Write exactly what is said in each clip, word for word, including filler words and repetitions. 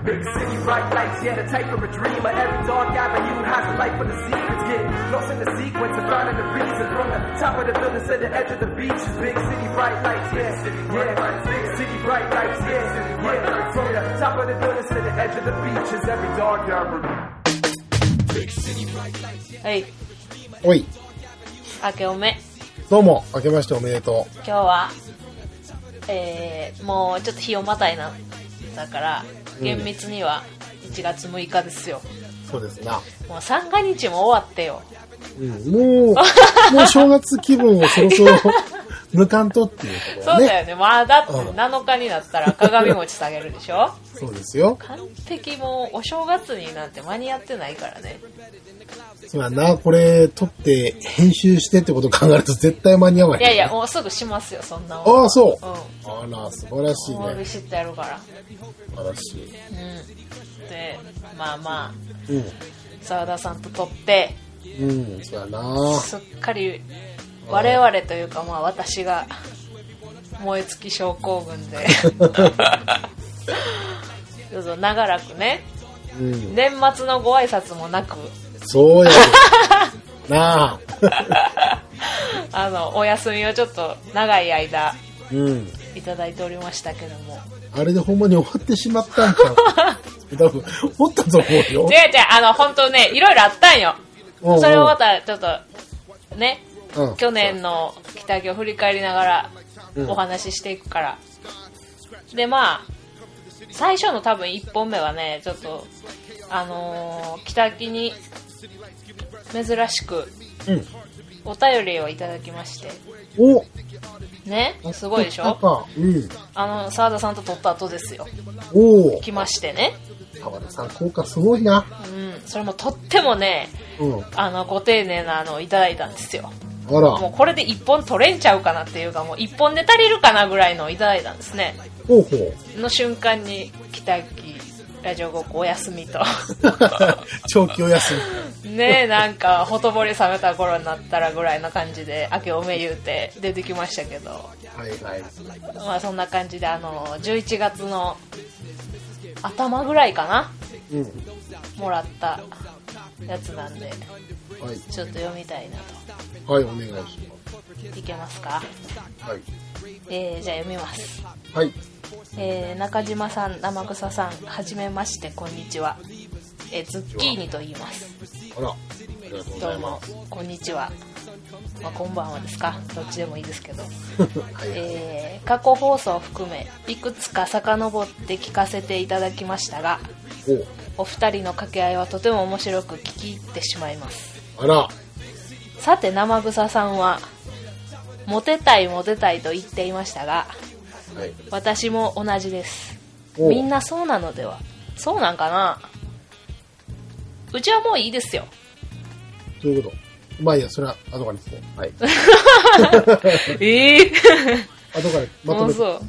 Big city bright lights, yeah, the type of a dreamer. Every dark avenue has a light for the secrets. Get lost in the sequence and finding the reason. From the top of the building to the edge of the beach. Big city bright lights, yeah, yeah. Big city bright lights, yeah, yeah. From the top of the building to the edge of the beach is every dark avenue. Big city bright lights, yeah. はい。 おい。 明けおめ。 どうも、明けましておめでとう。 今日は、えー、もうちょっと日をまたいな。だから、厳密にはいちがつむいかですよ。 うん、そうですな。 もう三が日も終わってよ。 うん、もう、もう正月気分をそろそろ抜かんとっていうところね。 そうだよね。まあだってなのかになったら鏡餅下げるでしょ。 そうですよ。 完璧もうお正月になんて間に合ってないからね。 そうやな、これ撮って編集してってことを考えると絶対間に合わない。 いやいや、もうすぐしますよ、そんなの。 ああ、そう。 うん。 あら、素晴らしいね。 もうビシッとやるから。 素晴らしい。 うん。で、まあまあ、 うん。 澤田さんと撮って、 うん、そうやな。 すっかり我々というかまあ私が燃え尽き症候群でどうぞ長らくね、うん、年末のご挨拶もなくそうやなああのお休みをちょっと長い間、 うん、 いただいておりましたけども、 あれでほんまに終わってしまったんちゃう多分おったと思うよ。違う違う、 あの本当ね、いろいろあったんよ。 うんうん、 それをまたちょっとね、 うん、 去年の北木を振り返りながらお話ししていくから、うん、でまあ最初の多分いっぽんめはね、ちょっとあのー、北木に珍しくお便りをいただきまして、 うん、おね、すごいでしょ、 うん、 あの澤田さんと撮った後ですよ。 お来ましてね、 澤田さん効果すごいな。 うん、それもとってもね、うん、あのご丁寧なのをいただいたんですよ。 あら、 もうこれでいっぽん取れんちゃうかなっていうか、もういっぽんで足りるかなぐらいのをいただいたんですね。 ほうほうの瞬間に北木ラジオごっこお休みと長期お休みねえ、なんかほとぼり冷めた頃になったらぐらいな感じで明けおめ言うて出てきましたけど、 はいはい、 まあそんな感じで、あのじゅういちがつの頭ぐらいかな、うん、もらったやつなんで、はい、ちょっと読みたいなと。 はい、お願いします。 いけますか。 はい。 えー、じゃあ読みます。 はい。 えー、中島さん、生草さん、はじめまして、こんにちは。えー、ズッキーニと言います。 あら、ありがとうございます。 どうも、こんにちは。まあ、こんばんはですか。どっちでもいいですけど。はい、えー、過去放送を含め、いくつか遡って聞かせていただきましたが、お, お二人の掛け合いはとても面白く聞き入ってしまいます。 あら。 さて、生草さんは、モテたいモテたいと言っていましたが、はい、私も同じです。みんなそうなのでは。そうなんかな。うちはもういいですよ。 どういうこと。まあいいや、それは後から聞こう。はい。 ええー、 後からまとめて。 そう。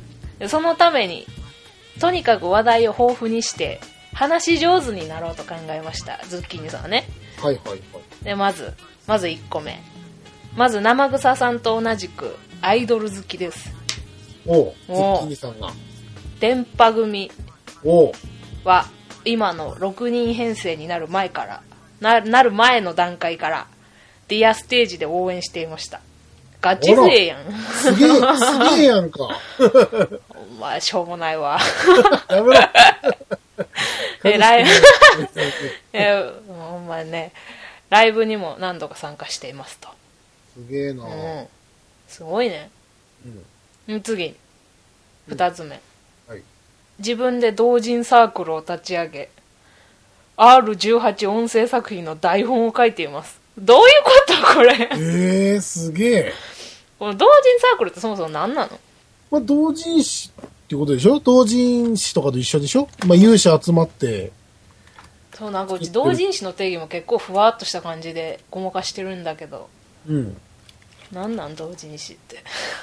そのためにとにかく話題を豊富にして話し上手になろうと考えました。ズッキーニさんはね。 はいはいはい。 でまずまずいっこめ。まず生草さんと同じくアイドル好きです。 おう、ズッキーニさんが電波組おうは今のろくにん編成になる前から な, なる前の段階からディアステージで応援していました。ガチ勢やん。 すげえ、すげえやんか。 お前しょうもないわ。 やめろ。 えライブえお前ね、ライブにも何度か参加していますと。 すげえな、うん、 すごいね、うん、次ふたつめ、 はい、 自分で同人サークルを立ち上げ アールじゅうはち 音声作品の台本を書いています。どういうことこれ。 えー、すげえ。 この同人サークルってそもそも何なの。 まあ、同人誌ってことでしょ。同人誌とかと一緒でしょ。まあ、有志集まって。 そうなんかうち同人誌の定義も結構ふわっとした感じでごまかしてるんだけど、うん、なんなん同人誌って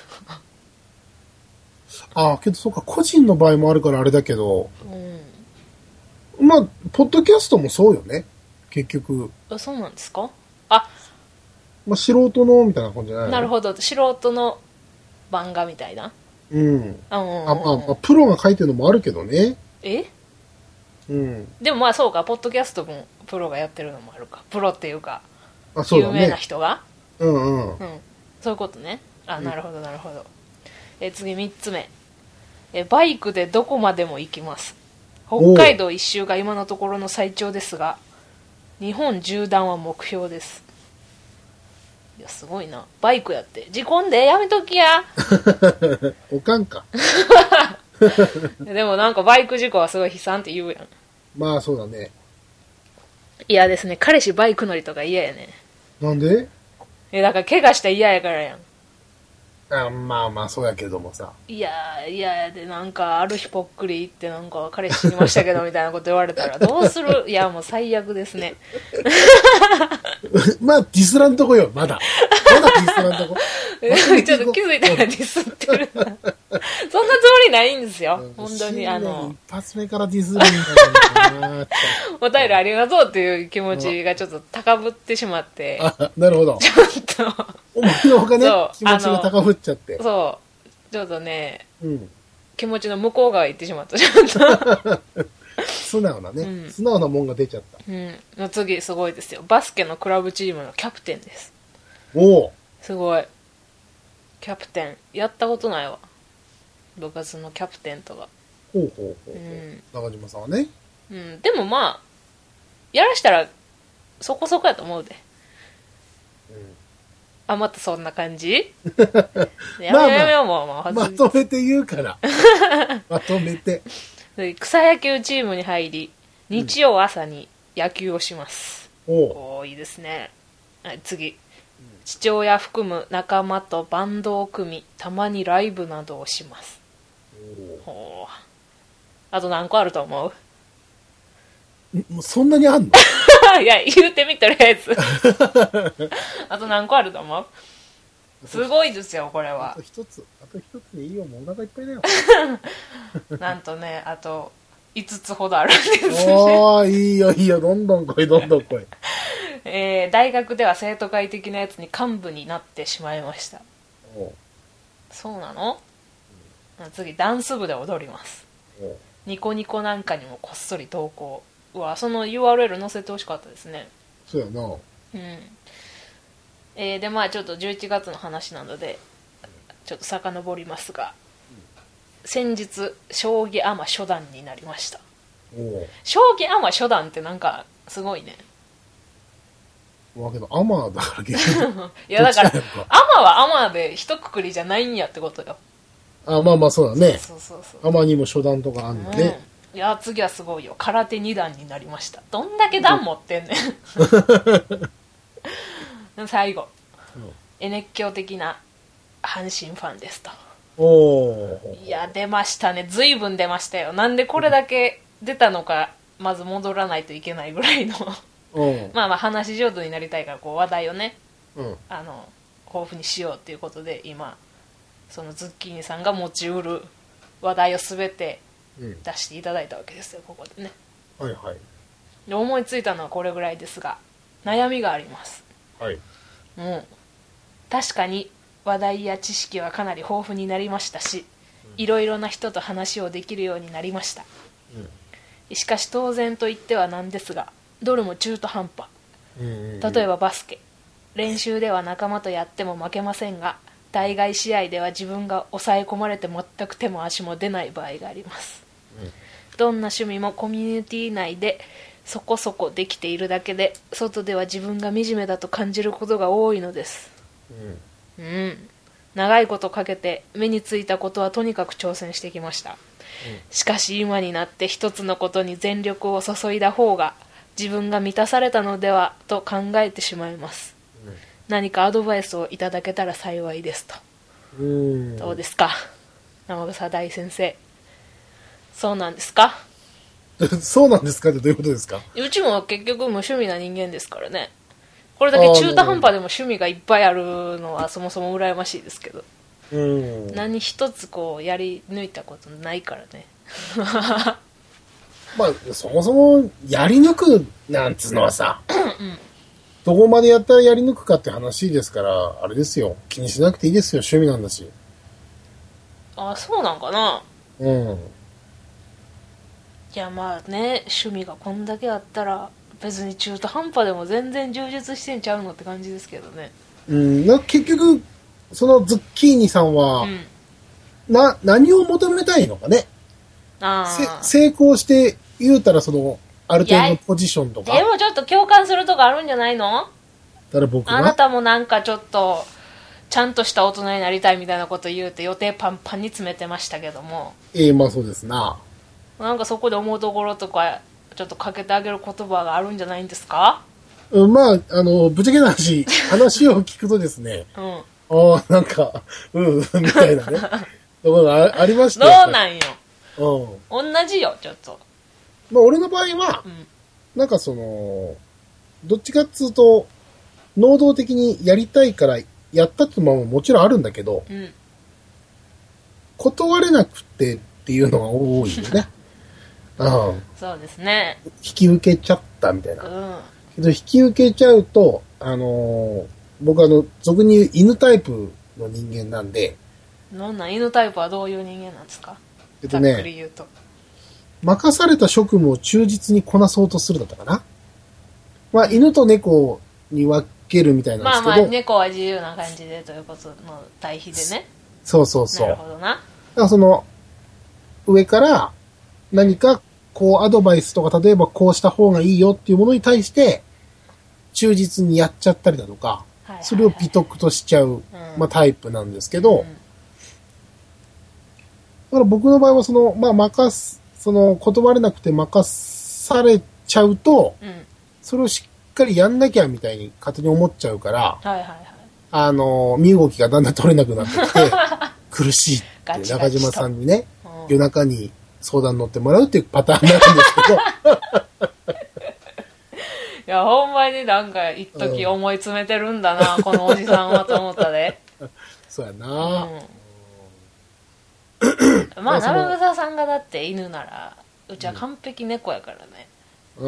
ああ、けどそうか、個人の場合もあるからあれだけど、うん、まあポッドキャストもそうよね結局。 あ、そうなんですか。あ、 まあ素人のみたいな感じじゃないの。 なるほど、素人の漫画みたいな。 うん。あ、まあ、まあ、プロが書いてるのもあるけどね。 え？ うん。 でもまあそうか、ポッドキャストもプロがやってるのもあるか。プロっていうか、 あ、そうだね。 有名な人が、 うんうん。 うん。そういうことね。あ、なるほどなるほど。え次みっつめ。えバイクでどこまでも行きます。北海道一周が今のところの最長ですが、日本縦断は目標です。いやすごいな。バイクやって事故んでやめときや。 おかんか。 でもなんかバイク事故はすごい悲惨って言うやん。 まあそうだね。 嫌ですね。彼氏バイク乗りとか嫌やね。 なんで？ えだから怪我したら嫌やからやん。 あ、まあまあそうやけどもさ。 いやーいやでなんかある日ぽっくり行ってなんか彼氏死にましたけどみたいなこと言われたらどうする？いやもう最悪ですね。 まあディスらんとこよ、まだ。まだディスらんとこ。 ちょっと気づいたらディスってるな。そんなつもりないんですよ。本当にあの。 一発目からディスるんだよな。 お便りありがとうっていう気持ちがちょっと高ぶってしまって。 あ、なるほど。 ちょっと。 思いのほかね、気持ちが高ぶっちゃって。 そう。ちょっとね、 うん、 気持ちの向こう側行ってしまった。ちょっと。 素直なね、うん、素直なもんが出ちゃった。 うん。の次すごいですよ。バスケのクラブチームのキャプテンです。 おお。 すごい。キャプテンやったことないわ。部活のキャプテンとか。 ほうほうほうほう、うん、中島さんはね。 うん。でもまあやらしたらそこそこやと思うで。うん。あ、またそんな感じ？やめようやめようもうもうまとめて言うから。まとめて。 草野球チームに入り、日曜朝に野球をします。 うん、おおいいですね。はい、次。父親含む仲間とバンドを組み、たまにライブなどをします。ほう。あと何個あると思う？ もうそんなにあんの？ いや、言うてみとりあえず。あと何個あると思う？すごいですよ、これは。 あと一つ、あと一つでいいよ、もうお腹いっぱいだよ。 なんとね、あといつつほどあるんですね。 おー、いいよいいよ、どんどん来い、どんどん来い。 えー、大学では生徒会的なやつに幹部になってしまいました。おそうなの？うん、次、ダンス部で踊ります。ニコニコなんかにもこっそり投稿。うわ、その ユーアールエル 載せてほしかったですね。 そうやな。うん。 えー、でまあちょっとじゅういちがつの話なのでちょっと遡りますが、うん、先日将棋アマ初段になりました。お将棋アマ初段ってなんかすごいね。 わけどアマだから結局いやだからアマはアマで一括りじゃないんやってことよ。 あ、まあまあそうだね。 そうそうそう。 アマにも初段とかあんのね、 うん、いや次はすごいよ。空手に段になりました。どんだけ段持ってんねん最後、うん、え熱狂的な阪神ファンですと。おいや出ましたね。随分出ましたよ。なんでこれだけ出たのかまず戻らないといけないぐらいのまあまあ話し上手になりたいからこう話題をね、うん、あの豊富にしようっていうことで今そのズッキーニさんが持ちうる話題を全て出していただいたわけですよ、ここでね。 はいはい。 で思いついたのはこれぐらいですが悩みがあります。はい。うん。確かに話題や知識はかなり豊富になりましたし、いろいろな人と話をできるようになりました。うん、しかし当然と言ってはなんですが、どれも中途半端。うんうんうん、例えばバスケ。練習では仲間とやっても負けませんが、対外試合では自分が抑え込まれて全く手も足も出ない場合があります。うん、どんな趣味もコミュニティ内でそこそこできているだけで、外では自分が惨めだと感じることが多いのです。うん、うん、長いことかけて目についたことはとにかく挑戦してきました。うん、しかし今になって一つのことに全力を注いだ方が自分が満たされたのではと考えてしまいます。うん、何かアドバイスをいただけたら幸いですと。うん、どうですか生草大先生。そうなんですかそうなんですかってどういうことですか。 うちも結局無趣味な人間ですからね。これだけ中途半端でも趣味がいっぱいあるのはそもそも羨ましいですけど、うん、何一つこうやり抜いたことないからねまあそもそもやり抜くなんつうのはさ、うん、どこまでやったらやり抜くかって話ですから、あれですよ、気にしなくていいですよ、趣味なんだし。 あ、そうなんかな。うん。 いやまあね、趣味がこんだけあったら別に中途半端でも全然充実してんちゃうのって感じですけどね。 うん、な結局そのズッキーニさんは、 うん、 な何を求めたいのかね。 あ成功して言うたらそのある程度のポジションとか。 でもちょっと共感するとこあるんじゃないの？ だから僕があなたもなんかちょっとちゃんとした大人になりたいみたいなこと言うて予定パンパンに詰めてましたけども。 ええー、まあそうですな。 なんかそこで思うところとかちょっとかけてあげる言葉があるんじゃないんですか？ うん、まああのぶっちゃけな話話を聞くとですね、うん、ああなんかうんうんみたいなねところが あ, ありましたよ。どうなんよ。 うん、 同じよちょっと。 まあ俺の場合は、うん、なんかそのどっちかっつうと能動的にやりたいからやったってのももちろんあるんだけど、うん、断れなくてっていうのが多いよね。うん、 そうですね。 引き受けちゃったみたいな。うん、けど引き受けちゃうと、あのー、僕あの、俗に言う犬タイプの人間なんで。 なんなん犬タイプはどういう人間なんですか？ えっとね、 ざっくり言うと。 任された職務を忠実にこなそうとするだったかな。まあ、犬と猫に分けるみたいなんですけど。 まあまあ、猫は自由な感じでということの対比でね。 そうそうそう。 なるほどな。だからその、上から何かこうアドバイスとか、例えばこうした方がいいよっていうものに対して、忠実にやっちゃったりだとか、はいはいはい、それを美徳としちゃう、うん、まあタイプなんですけど、うん、だから僕の場合はその、まあ任す、その断れなくて任されちゃうと、うん、それをしっかりやんなきゃみたいに勝手に思っちゃうから、 はいはいはい、 あの、身動きがだんだん取れなくなってきて、苦しいって中島さんにね、うん、夜中に相談乗ってもらうっていうパターンなんですけど、 いや、ほんまになんか一時思い詰めてるんだな、うん、このおじさんはと思ったで。 そうやな、 うん、まあ、生草さんがだって犬なら、うちは完璧猫やからね。 うん、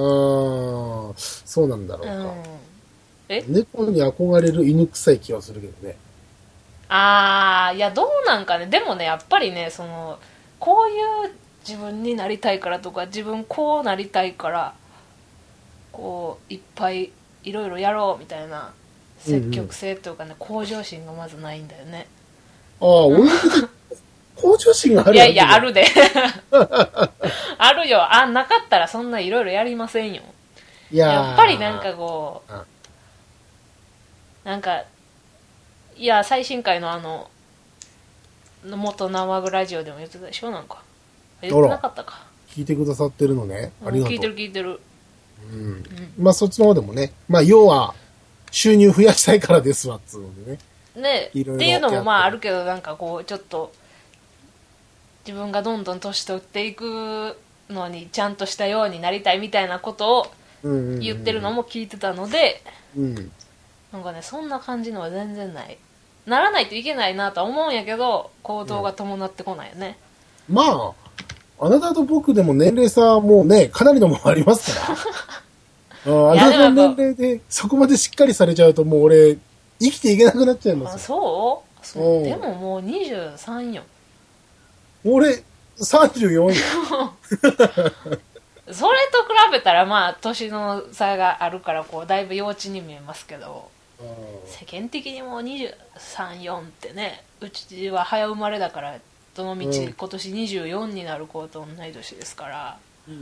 ああ、そうなんだろうか。うん、 え？ 猫に憧れる犬臭い気はするけどね。 ああ、いや、どうなんかね。でもね、やっぱりね、その、こういう自分になりたいからとか、自分こうなりたいから、こういっぱいいろいろやろうみたいな積極性というかね、うんうん、向上心がまずないんだよね。 ああ、俺向上心がある。 いやいや、あるで。あるよ。あ、なかったらそんないろいろやりませんよ。いや、やっぱりなんかこう、なんか、いや、最新回のあの、元生グラジオでも言ってたでしょ、なんか。言ってなかったか。 聞いてくださってるのね。ありがとう。 聞いてる聞いてる。 うんうん、まあそっちの方でもね、まあ要は収入増やしたいからですわっつうのでね。 ね、いろいろっていうのもまああるけど、なんかこうちょっと自分がどんどん年取っていくのにちゃんとしたようになりたいみたいなことを言ってるのも聞いてたので、うんうんうん、なんかねそんな感じのは全然ない。ならないといけないなとは思うんやけど行動が伴ってこないよね。 うん、まああなたと僕でも年齢差はもうねかなりのものありますから。あ, あなたの年齢でそこまでしっかりされちゃうともう俺生きていけなくなっちゃいますよ。 あ、そうそうでももうにじゅうさんよ。 俺さんじゅうよんよ。 それと比べたらまあ年の差があるからこうだいぶ幼稚に見えますけど、世間的にもうにじゅうさん、よんってね、うちは早生まれだからどの道、うん、今年にじゅうよんになる子と同い年ですから、うんうん、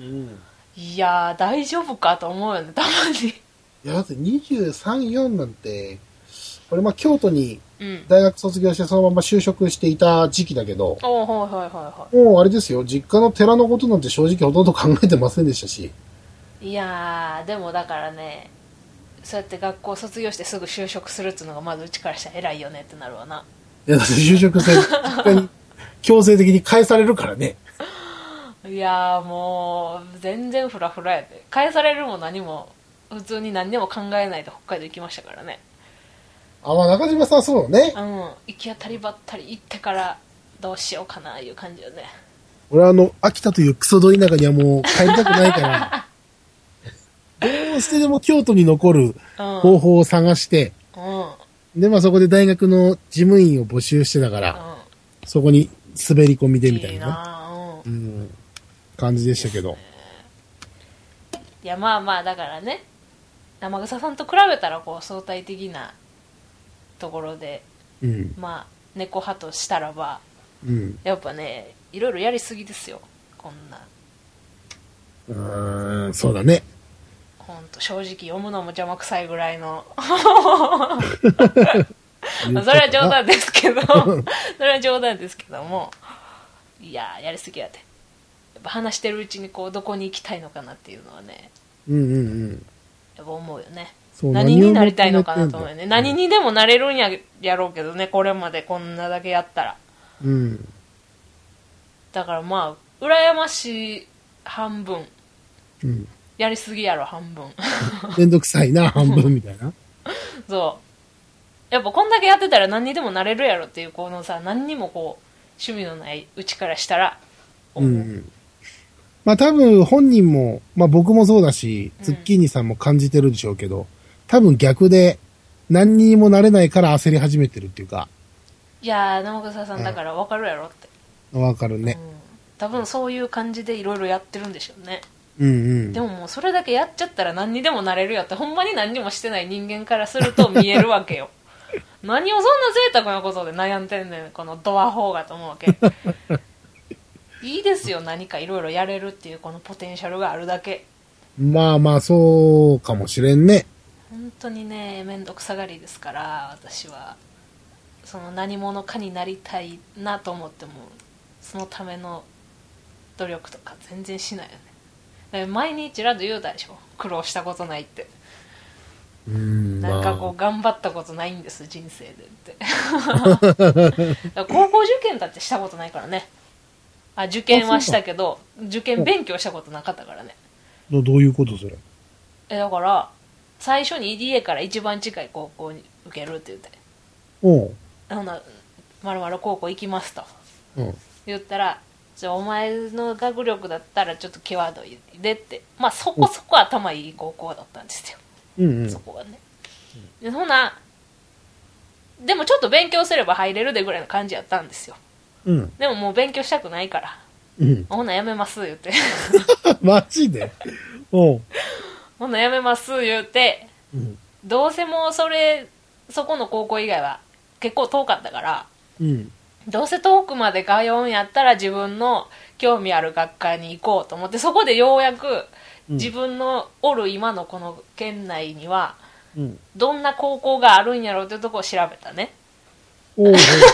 いやー大丈夫かと思うよねたまに。いやだってにじゅうさん、よんなんて俺まあ京都に大学卒業してそのまま就職していた時期だけど、 うん、はいはいはいはい、 もうあれですよ、実家の寺のことなんて正直ほとんど考えてませんでしたし。 いやーでもだからね、そうやって学校卒業してすぐ就職するっていうのがまずうちからしたら偉いよねってなるわな。 いやだって就職して実家に強制的に返されるからね。 いやーもう全然フラフラやで。返されるも何も普通に何でも考えないで北海道行きましたからね。 あ、まあ中島さんそうね。 うん、行き当たりばったり行ってからどうしようかないう感じよね。 俺はあの秋田というクソど田舎にはもう帰りたくないからどうしてでも京都に残る方法を探して、うんうん、でまあそこで大学の事務員を募集してたから、うん、そこに滑り込みでみたいな、いいな、うんうん、感じでしたけど。 いやまあまあだからね、生臭さんと比べたらこう相対的なところで、 うん、 まあ猫派としたらば、 うん、 やっぱねいろいろやりすぎですよこんな。 うーん、そうだね。 ほんと正直読むのも邪魔くさいぐらいのそれは冗談ですけどそれは冗談ですけども、いややりすぎやで。やっぱ話してるうちにこうどこに行きたいのかなっていうのはね、 うんうんうん、 やっぱ思うよね。 そう何になりたいのかなと思うよね。何にでもなれるんややろうけどね、これまでこんなだけやったら、 うん、 だからまあ羨ましい半分、 うん、 やりすぎやろ半分めんどくさいな半分みたいなそうやっぱこんだけやってたら何にでもなれるやろっていうこのさ、何にもこう趣味のないうちからしたら思う、うん、 まあ多分本人も、まあ僕もそうだし、ズッキーニさんも感じてるでしょうけど、うん、多分逆で何にもなれないから焦り始めてるっていうか。 いやー生臭さんだから分かるやろって。 分かるね、 うん、多分そういう感じでいろいろやってるんでしょうね。 うんうん、 でももうそれだけやっちゃったら何にでもなれるよって、ほんまに何にもしてない人間からすると見えるわけよ何をそんな贅沢なことで悩んでんねんこのドアホーがと思うわけいいですよ、何かいろいろやれるっていうこのポテンシャルがあるだけ。 まあまあそうかもしれんね。 本当にねめんどくさがりですから、私はその何者かになりたいなと思ってもそのための努力とか全然しないよね。だから毎日ラジオ言うたでしょ、苦労したことないって。うーん、なんかこう頑張ったことないんです人生でって高校受験だってしたことないからね。あ、受験はしたけど受験勉強したことなかったからね。 ど, どういうことそれ。 えだから最初に 家から一番近い高校に受けるって言って、 おうほな〇〇高校行きますと、 うん、 言ったら、じゃあお前の学力だったらちょっと際どいでって、まあそこそこ頭いい高校だったんですよ、 うんうん、 そこはね。でほなでもちょっと勉強すれば入れるでぐらいの感じやったんですよ、うん、でももう勉強したくないから、うん、ほなやめます言うてマジでおうほなやめます言うて、うん、どうせもうそれそこの高校以外は結構遠かったから、うん、どうせ遠くまで通うんやったら自分の興味ある学科に行こうと思って、そこでようやく自分のおる今のこの県内にはどんな高校があるんやろうっていうところを調べたね。う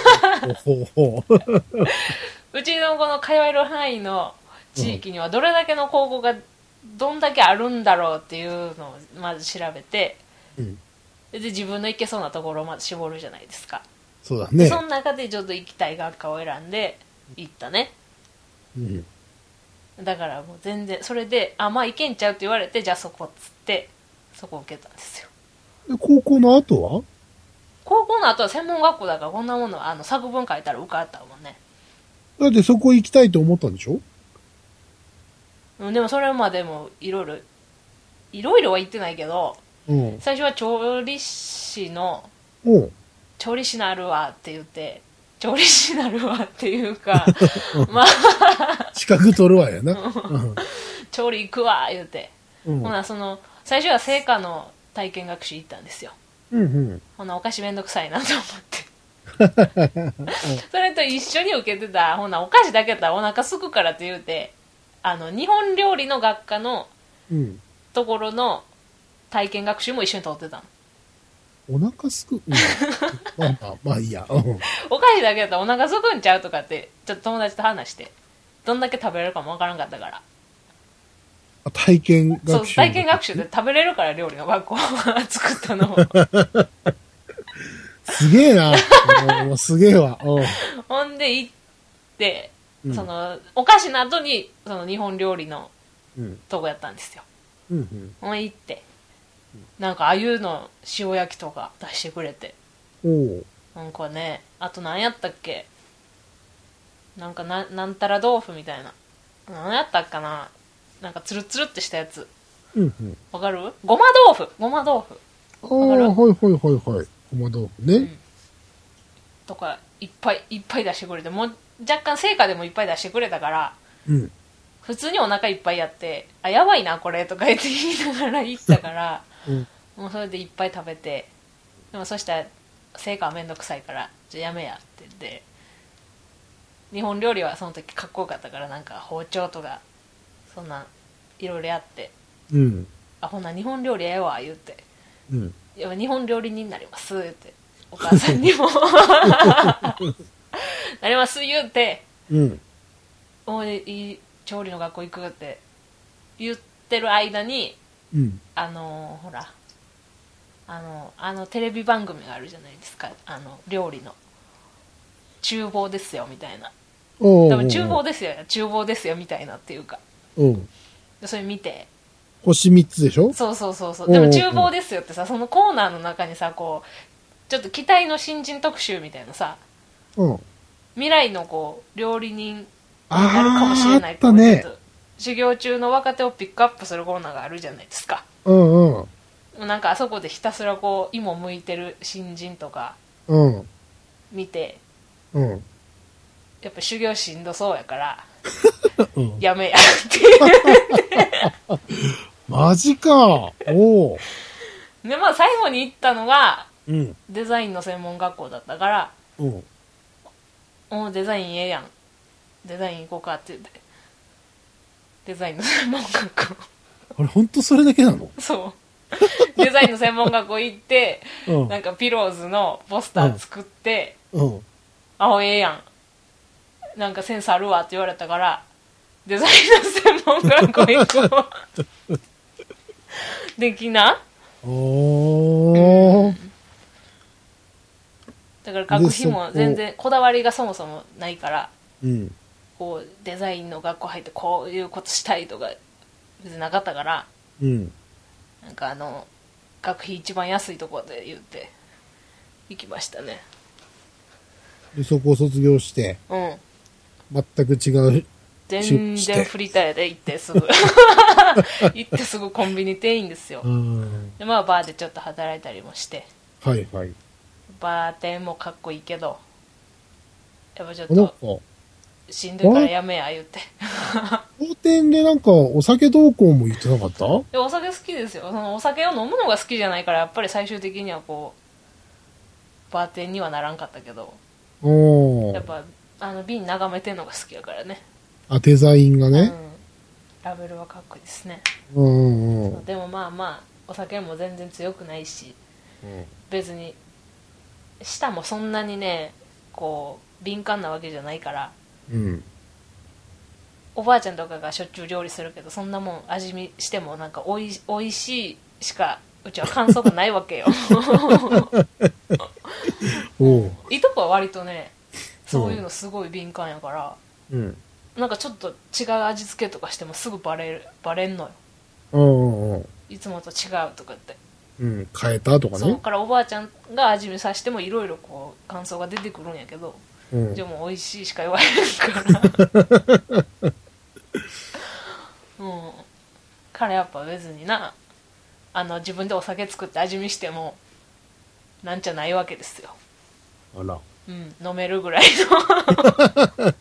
ちのこの通える範囲の地域にはどれだけの高校がどんだけあるんだろうっていうのをまず調べて、うん、で自分の行けそうなところをまず絞るじゃないですか。 そうだね。 その中でちょっと行きたい学科を選んで行ったね、うん、だからもう全然それであまあ行けんちゃうって言われて、じゃあそこっつってそこを受けたんですよ。 で高校の後は高校の後は専門学校だからこんなものはあの作文書いたら受かったもんね。 だってそこ行きたいと思ったんでしょ。 うん、でもそれまでもいろいろいろいろは言ってないけど、うん、最初は調理師の、うん、調理師なるわって言って調理師なるわっていうかまあ資格取るわやな調理行くわ言うて、うん、ほなその最初は成果の体験学習行ったんですよ、うんうん、ほなお菓子めんどくさいなと思ってそれと一緒に受けてたほなお菓子だけだったらお腹すくからって言うて、あの日本料理の学科のところの体験学習も一緒に取ってたの。 お腹すく、うん、まあまあまあいいや、うん、 お菓子だけだったらお腹すくんちゃうとかってちょっと友達と話して、どんだけ食べれるかもわからんかったから、 体験学習。 そう体験学習で食べれるから料理の学校作ったのすげえなもうすげえわ。 ほんで行って、うん、そのお菓子の後にその日本料理のとこやったんですよ、うんうん、ほんで行ってなんかああいうの塩焼きとか出してくれて、おなんかね、あと何やったっけ、なんか な, なんたら豆腐みたいな、何やったっかな、なんかツルツルってしたやつ、うんうん、わかる？ごま豆腐、ごま豆腐。 ああ、はいはいはいはい、ごま豆腐ね、うん。 とかいっぱいいっぱい出してくれて、もう若干成果でもいっぱい出してくれたから、うん、 普通にお腹いっぱいやって、あ、やばいなこれとか言って言いながら行ったから、うん、もうそれでいっぱい食べて、でもそしたら成果はめんどくさいからじゃあやめやって言って、日本料理はその時かっこよかったから、なんか包丁とかそんないろいろやって、うん、あ、ほんな日本料理ええわ言って、うん、いや日本料理人になりますってお母さんにもなります言うて、うん、もういい調理の学校行くって言ってる間に、うん、あのほらあのあのテレビ番組があるじゃないですか、あの料理の厨房ですよみたいな、多分厨房ですよ厨房ですよみたいなっていうか、うん、それ見て星みっつでしょ。 そうそうそうそう。でも厨房ですよってさ、そのコーナーの中にさ、こうちょっと期待の新人特集みたいなさ、うん、未来のこう料理人になるかもしれないってね、修行中の若手をピックアップするコーナーがあるじゃないですか。うんうん。なんかあそこでひたすらこう芋剥いてる新人とか見て、うん、やっぱ修行しんどそうやから、うん、やめやって言ってマジか。おお。 でまあ最後に行ったのが、うん、デザインの専門学校だったから、うん、おデザインええやん、デザイン行こうかって言って、デザインの専門学校あれ本当それだけなの？ そうデザインの専門学校行って、うん、なんかピローズのポスター作って、うんうん、あええやん、なんかセンスあるわって言われたからデザインの専門学校行こうできなお、うん、だから学費も全然こだわりがそもそもないから、うん、こうデザインの学校入ってこういうことしたいとか別になかったから、うん、なんかあの学費一番安いところで言って行きましたね。 でそこを卒業して、うん、全く違う全然フリーターで行ってすぐ行ってすぐコンビニ店員ですよ。でまあバーでちょっと働いたりもして、はいはい、バーテンもかっこいいけどやっぱちょっとしんどいからやめや言ってバーテンでなんかお酒どうこうも言ってなかった？ お酒好きですよ。そのお酒を飲むのが好きじゃないからやっぱり最終的にはこうバーテンにはならんかったけど、おやっぱあの瓶眺めてんのが好きやからね。 あ、デザインがね、うん、 ラベルはかっこいいですね。うんうん、でもまあまあお酒も全然強くないし、うん、別に舌もそんなにねこう敏感なわけじゃないから、うん、おばあちゃんとかがしょっちゅう料理するけどそんなもん味見してもなんかおい、おいしいしかうちは感想がないわけよおいとこは割とねそういうのすごい敏感やから、うん、なんかちょっと違う味付けとかしてもすぐバレるバレんのよ。うんうん、いつもと違うとかって、 うん、変えたとかね。 そうからおばあちゃんが味見させてもいろいろこう感想が出てくるんやけど、うん、でも美味しいしか言われるから、うん、彼やっぱ別になあの自分でお酒作って味見してもなんじゃないわけですよ。あら、うん、飲めるぐらいのそう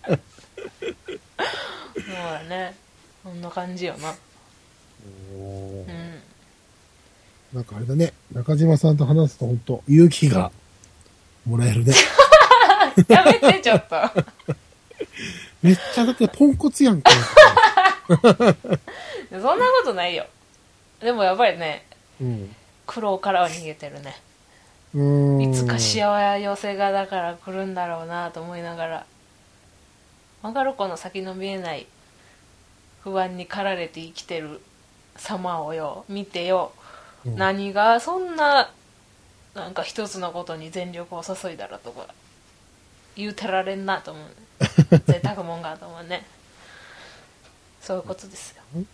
だね、そんな感じよな。お、 うん、なんかあれだね、中島さんと話すと本当勇気がもらえるねやめてちょっとめっちゃだってポンコツやんかそんなことないよ。でもやっぱりね、うん、苦労からは逃げてるね。うーん、いつか幸せがだから来るんだろうなと思いながら、曲がるこの先の見えない不安に駆られて生きてる様をよ見てよ、うん、何がそんななんか一つのことに全力を注いだらとか言うてられんなと思う贅沢もんがと思うね。そういうことですよ。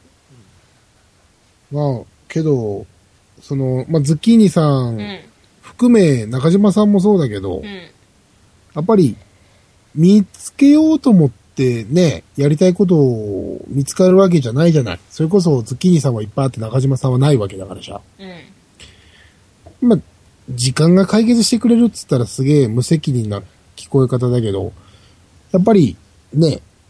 まあけどその、まあ、ズッキーニさん、うん、含め中島さんもそうだけど、うん、やっぱり見つけようと思ってね、やりたいことを見つかるわけじゃないじゃない。それこそズッキーニさんはいっぱいあって中島さんはないわけだからさ。うん、まあ、時間が解決してくれるっつったらすげえ無責任な聞こえ方だけど、やっぱりね、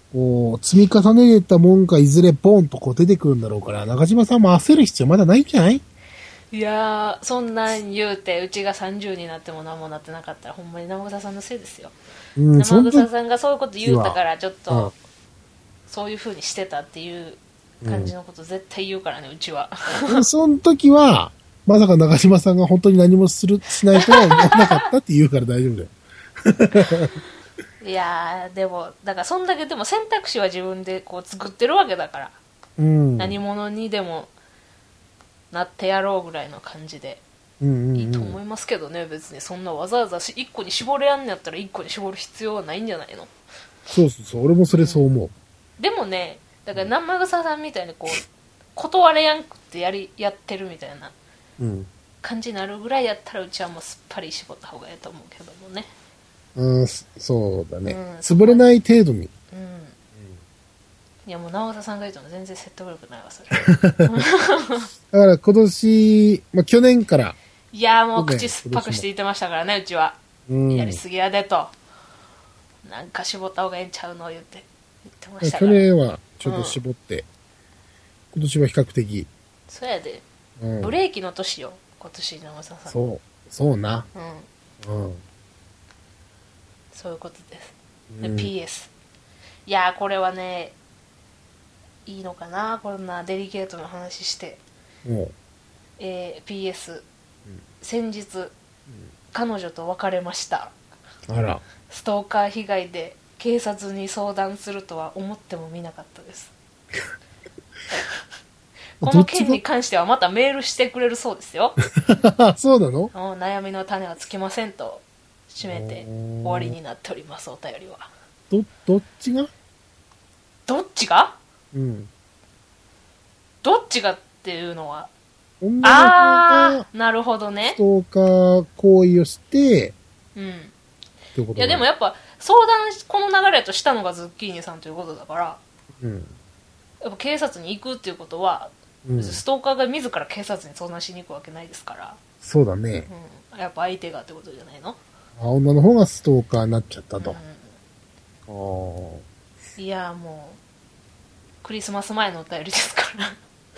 こう、積み重ねたもんがいずれボンとこう出てくるんだろうから、中島さんも焦る必要まだないんじゃない？ いやー、そんなん言うて、うちがさんじゅうになっても何もなってなかったら、ほんまに生草さんのせいですよ。 うん、 生草さんがそういうこと言うたから、ちょっうんと、そういう風にしてたっていう感じのこと絶対言うからね、うちは。 その時は、まさか中島さんが本当に何もする、しないとは思わなかったって言うから大丈夫だよ。 いやー、でも、だからそんだけでも選択肢は自分でこう作ってるわけだから、 うん。 何者にでもなってやろうぐらいの感じでうんうんうん、 いいと思いますけどね、別にそんなわざわざいっこに絞れやんのやったらいっこに絞る必要はないんじゃないの？ そうそうそう、俺もそれそう思う。 うん、でもね、だから生草さんみたいにこう、断れやんくってやり、やってるみたいな感じになるぐらいやったら、うちはもうすっぱり絞った方がいいと思うけどもね。 うん、そうだね。 うん、 潰れない程度に。 うん。いやもう直田さんが言うと全然説得力ないわ、それ。 だから今年、まあ去年から。 いやもう口酸っぱくして言ってましたからね、うちは。うん、やりすぎやでと。なんか絞った方がええんちゃうの言って、言ってましたから。 去年はちょっと絞って、うん、今年は比較的。 そうやで。うん、ブレーキの年よ、今年直田さん。 そう、そうな。 うん。うん。そういうことです。で、うん、ピーエス。いやー、これはね、いいのかな、こんなデリケートな話して。えー、ピーエス、うん、先日、うん、彼女と別れました。 あら。 ストーカー被害で警察に相談するとは思ってもみなかったです。この件に関してはまたメールしてくれるそうですよ。 そうなの？ 悩みの種はつきませんと締めて終わりになっております、お便りは。 ど、どっちが？ どっちが？ うん。 どっちがっていうのは、 女の子がなるほどね。 ストーカー行為をして、 うん。 ってこといやでもやっぱ相談この流れとしたのがズッキーニさんということだから、うん。やっぱ警察に行くっていうことは、うん、ストーカーが自ら警察に相談しに行くわけないですから。 そうだね。 うん。やっぱ相手がってことじゃないの？ あ、女の方がストーカーになっちゃったと。 うん、ああ。いやもうクリスマス前のお便りですから。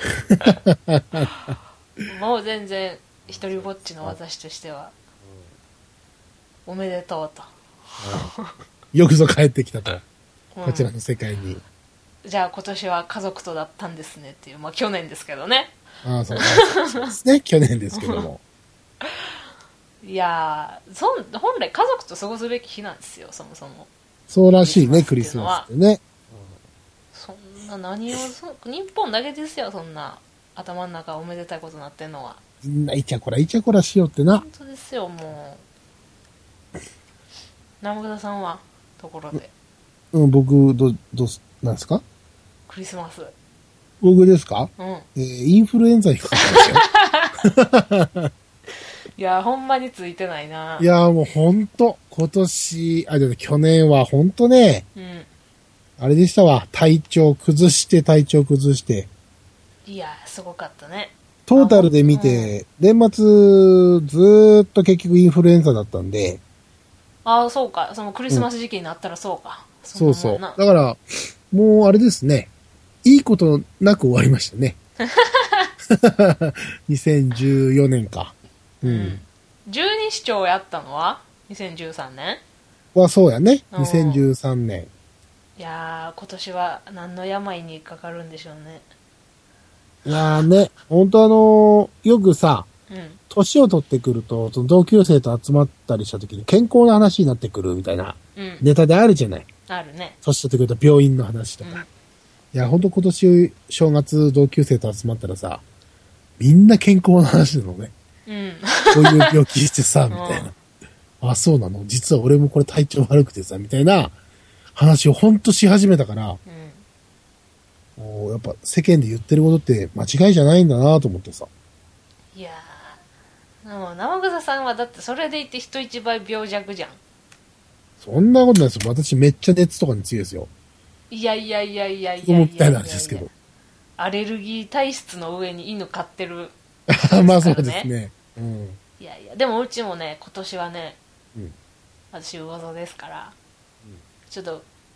もう全然一人ぼっちの私としては、おめでとうと。 よくぞ帰ってきたと、うん、こちらの世界に。 じゃあ今年は家族とだったんですねっていう、まあ去年ですけどね。 ああ、そうですね。去年ですけども。 いやー、そん本来家族と過ごすべき日なんですよ、そもそも。 そうらしいね、クリスマスってね。 そんな何をそ、日本だけですよ、そんな頭の中おめでたいことになってんのは。 みんなイチャコライチャコラしようってな。 本当ですよ、もう。生草さんはところで。 うん、僕、ど、ど、なんですか？ クリスマス。 僕ですか？ うん。 えー、インフルエンザにかかったんですよ。 いや、ほんまについてないな。 いや、もうほんと、今年、あ、じゃ去年はほんとね、うん。あれでしたわ、体調崩して、体調崩して。 いや、すごかったね。 トータルで見て、うん、年末、ずーっと結局インフルエンザだったんで。 ああ、そうか。そのクリスマス時期になったらそうか。 うん、そうそう。だから、もうあれですね。いいことなく終わりましたね。にせんじゅうよねんか。うん。 じゅうに市長やったのはにせんじゅうさんねんはそうやね。にせんじゅうさんねん。 いやー、今年は何の病にかかるんでしょうね。 いやーね、ほんとあのー、よくさ、うん、年を取ってくると、その同級生と集まったりした時に健康な話になってくるみたいな、ネタであるじゃない。 うん、あるね。 年取ってくると病院の話とか。うん、いや、ほんと今年正月同級生と集まったらさ、みんな健康な話なのね。うん。こういう病気してさ、みたいな。うん、あ、そうなの？実は俺もこれ体調悪くてさ、みたいな話をほんとし始めたから、うん、やっぱ世間で言ってることって間違いじゃないんだなと思ってさ。 いやー、でも生草さんはだってそれでいて人一倍病弱じゃん。 そんなことないですよ。私めっちゃ熱とかに強いですよ。 いやいやいやいやいやいやいやいや。 みたいな話ですけど。 アレルギー体質の上に犬飼ってる、 ね。まあそうですね。うん。 いやいや、でもうちもね、今年はね、うん、私魚座ですから、うん、ちょっと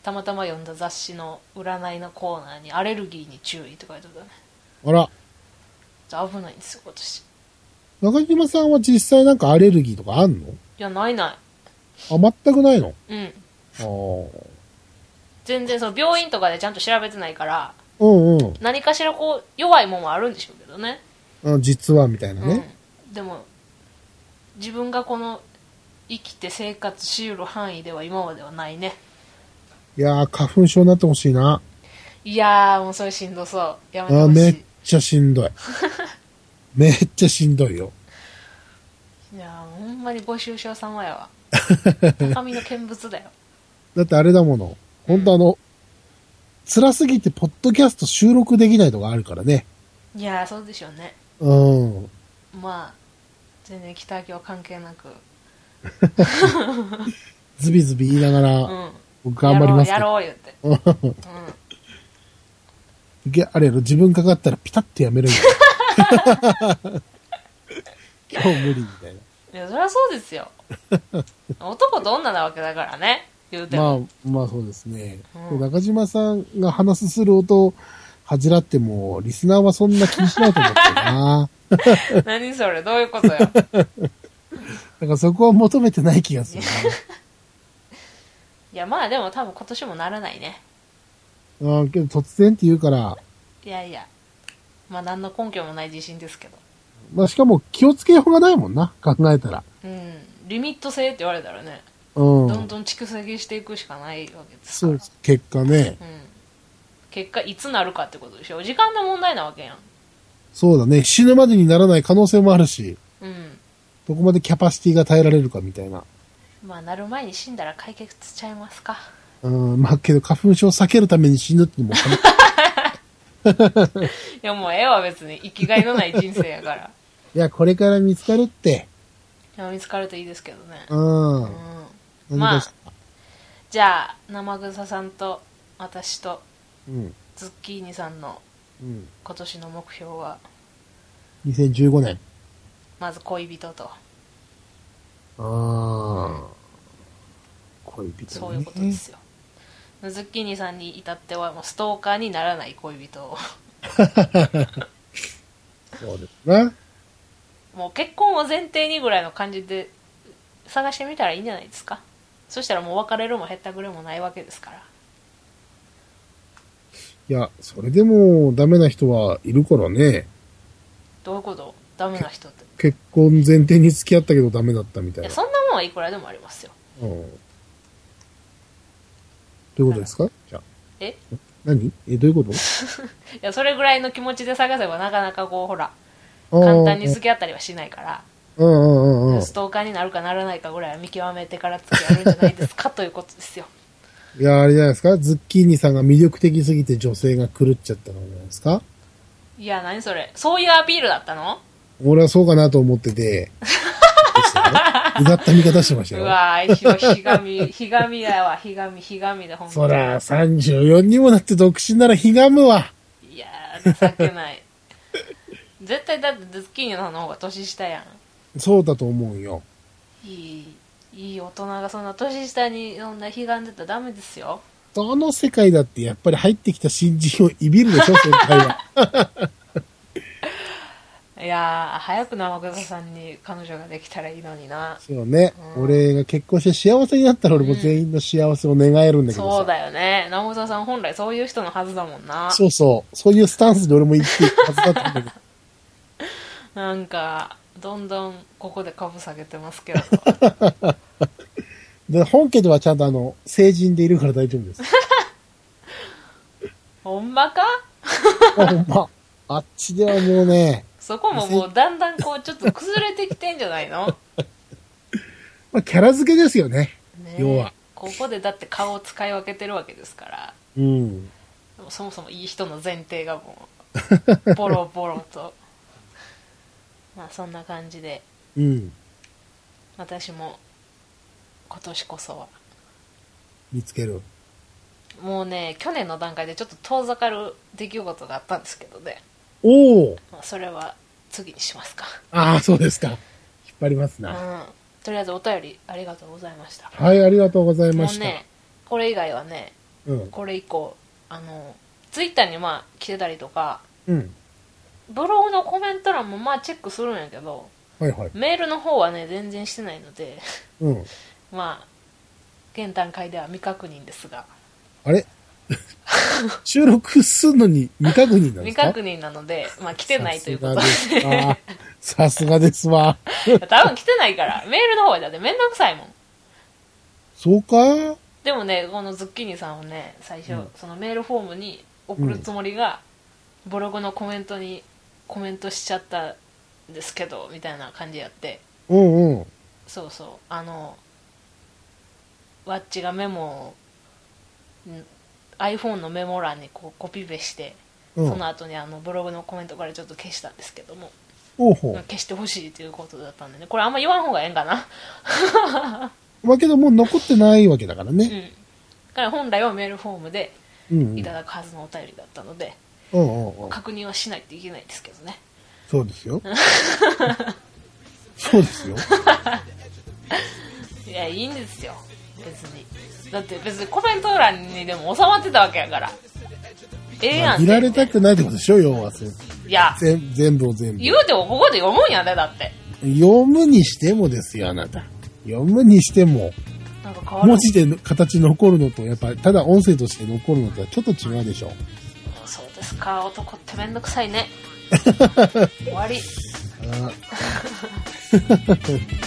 たまたま読んだ雑誌の占いのコーナーにアレルギーに注意って書いてあったね。 あら。 危ないんですよ今年。 中島さんは実際なんかアレルギーとかあんの？ いや、ないない。 あ、全くないの？ うん。 ああ。 全然その病院とかでちゃんと調べてないから、 うんうん。 何かしらこう弱いもんはあるんでしょうけどね。 うん、実はみたいなね。 うん、でも自分がこの生きて生活しうる範囲では今まではないね。 いやー、花粉症になってほしいな。 いやー、もうそれしんどそう。やめてあー、 ほしい。 めっちゃしんどい。めっちゃしんどいよ。 いやー、ほんまにご愁傷様やわ。高みの見物だよ。 だってあれだもの。ほんとあの、辛すぎてポッドキャスト収録できないとかあるからね。 いやー、そうでしょうね。 うん。 まあ全然北秋は関係なくズビズビ言いながら、 うん、 僕頑張りますやろうやろう言って、 うん、あれやろ、自分かかったらピタッとやめるんだ今日無理みたいな。 いや、そりゃそうですよ。男と女なわけだからね、言うても。 まあまあそうですね、 うん、 中島さんが話すする音恥じらってもリスナーはそんな気にしないと思ってるな何それ、どういうことよ。 だからそこは求めてない気がするな。 いや、まあでも多分今年もならないね。 ああ、けど突然って言うから。 いやいや、まあ何の根拠もない自信ですけど。 まあしかも気をつけようがないもんな、考えたら。 うん、リミット制って言われたらね、 うん、 どんどん蓄積していくしかないわけですから。 そう、結果ね。 うん、結果いつなるかってことでしょ。時間の問題なわけやん。 そうだね。死ぬまでにならない可能性もあるし、 うん。 どこまでキャパシティが耐えられるかみたいな。 まあ、なる前に死んだら解決しちゃいますか。 うん、まあけど花粉症を避けるために死ぬってのも。 いや、もうええわ、別に。生きがいのない人生やから。 いや、これから見つかるって。 いや、見つかるといいですけどね。 うん。 うん、まあ、じゃあ、生草さんと私と、 うん、 ズッキーニさんの今年の目標は、 にせんじゅうごねん。 まず恋人と。 ああ、恋人ね。 そういうことですよ。ズッキーニさんに至ってはもうストーカーにならない恋人をそうですね。 もう結婚を前提にぐらいの感じで探してみたらいいんじゃないですか。そしたらもう別れるもへったくれもないわけですから。 いや、それでもダメな人はいるからね。 どういうこと？ダメな人って。 結婚前提に付き合ったけどダメだったみたいな。 いや、そんなもんはいくらでもありますよ。 うん。どういうことですか？じゃあ。 え？ 何？え、どういうこと？いや、それぐらいの気持ちで探せばなかなかこう、ほら、簡単に付き合ったりはしないから、 うんうんうんうん、 ストーカーになるかならないかぐらいは見極めてから付き合えるんじゃないですかということですよ。 いや、あれじゃないですか、ズッキーニさんが魅力的すぎて女性が狂っちゃったのじゃないですか。 いや、何それ、そういうアピールだったの？ 俺はそうかなと思ってて、うがった見方してましたよ。 うわぁ、ひどい、ひがみ、ひがみだわ、ひがみ、ひがみで、ほんとに。 そら、さんじゅうよんにもなって独身ならひがむわ。 いやー、情けない。絶対だってズッキーニの方が年下やん。 そうだと思うよ。 いい、いい大人がそんな年下にそんなひがんでたらダメですよ。 どの世界だってやっぱり入ってきた新人をいびるでしょ、先輩は。 いやー、早く生草さんに彼女ができたらいいのにな。 そうね、うん、俺が結婚して幸せになったら俺も全員の幸せを願えるんだけどさ、 うん、そうだよね。生草さん本来そういう人のはずだもんな。そうそう。そういうスタンスで俺も生きていくはずだったんだけど。 なんか、どんどんここで株下げてますけど。 で本家ではちゃんとあの、成人でいるから大丈夫です。 ほんまか？ ほんま。あっちではもうね、 そこももうだんだんこうちょっと崩れてきてんじゃないの？ まあキャラ付けですよね。 ね、 要は。 ここでだって顔を使い分けてるわけですから。 うん。 そもそもいい人の前提がもう、ボロボロと。まあそんな感じで。 うん。 私も今年こそは。 見つける。 もうね、去年の段階でちょっと遠ざかる出来事があったんですけどね。 おお、 まあ、それは次にしますか。 ああ、そうですか。引っ張りますな。 うん。とりあえずお便りありがとうございました。 はい、ありがとうございました。 もうね、これ以外はね、 うん、 これ以降あのツイッターにまあ来てたりとか、 うん、 ブログのコメント欄もまあチェックするんやけど、 はいはい、 メールの方はね全然してないので、 うん、 まあ現段階では未確認ですが、 あれ収録するのに未確認なんですか？ 未確認なので、まあ来てないということで。 さすがですわ。 多分来てないから、メールの方はだってめんどくさいもん。 そうか？ でもね、このズッキーニさんはね、最初、うん、そのメールフォームに送るつもりが、うん、ブログのコメントにコメントしちゃったんですけど、みたいな感じやって。 うんうん。 そうそう。あの、ワッチがメモを、iPhone のメモ欄にこうコピペして、うん、その後にあのブログのコメントからちょっと消したんですけども、 おうほう、 消してほしいということだったんでね、これあんま言わん方がええんかな。 まあけどもう残ってないわけだからね。うん。 だから本来はメールフォームでいただくはずのお便りだったので、 うんうんうん、 確認はしないといけないんですけどね。 そうですよ。そうですよ。 いや、いいんですよ。別に。だって別にコメント欄にでも収まってたわけやから。ええやん。 見られたくないってことでしょ、要は。 いや。 全部を全部。 言うてもここで読むんやね、だって。 読むにしてもですよ、あなた。読むにしても。 なんか変わる。 文字で形残るのと、やっぱりただ音声として残るのとはちょっと違うでしょ。 そうですか、男ってめんどくさいね。終わり。あ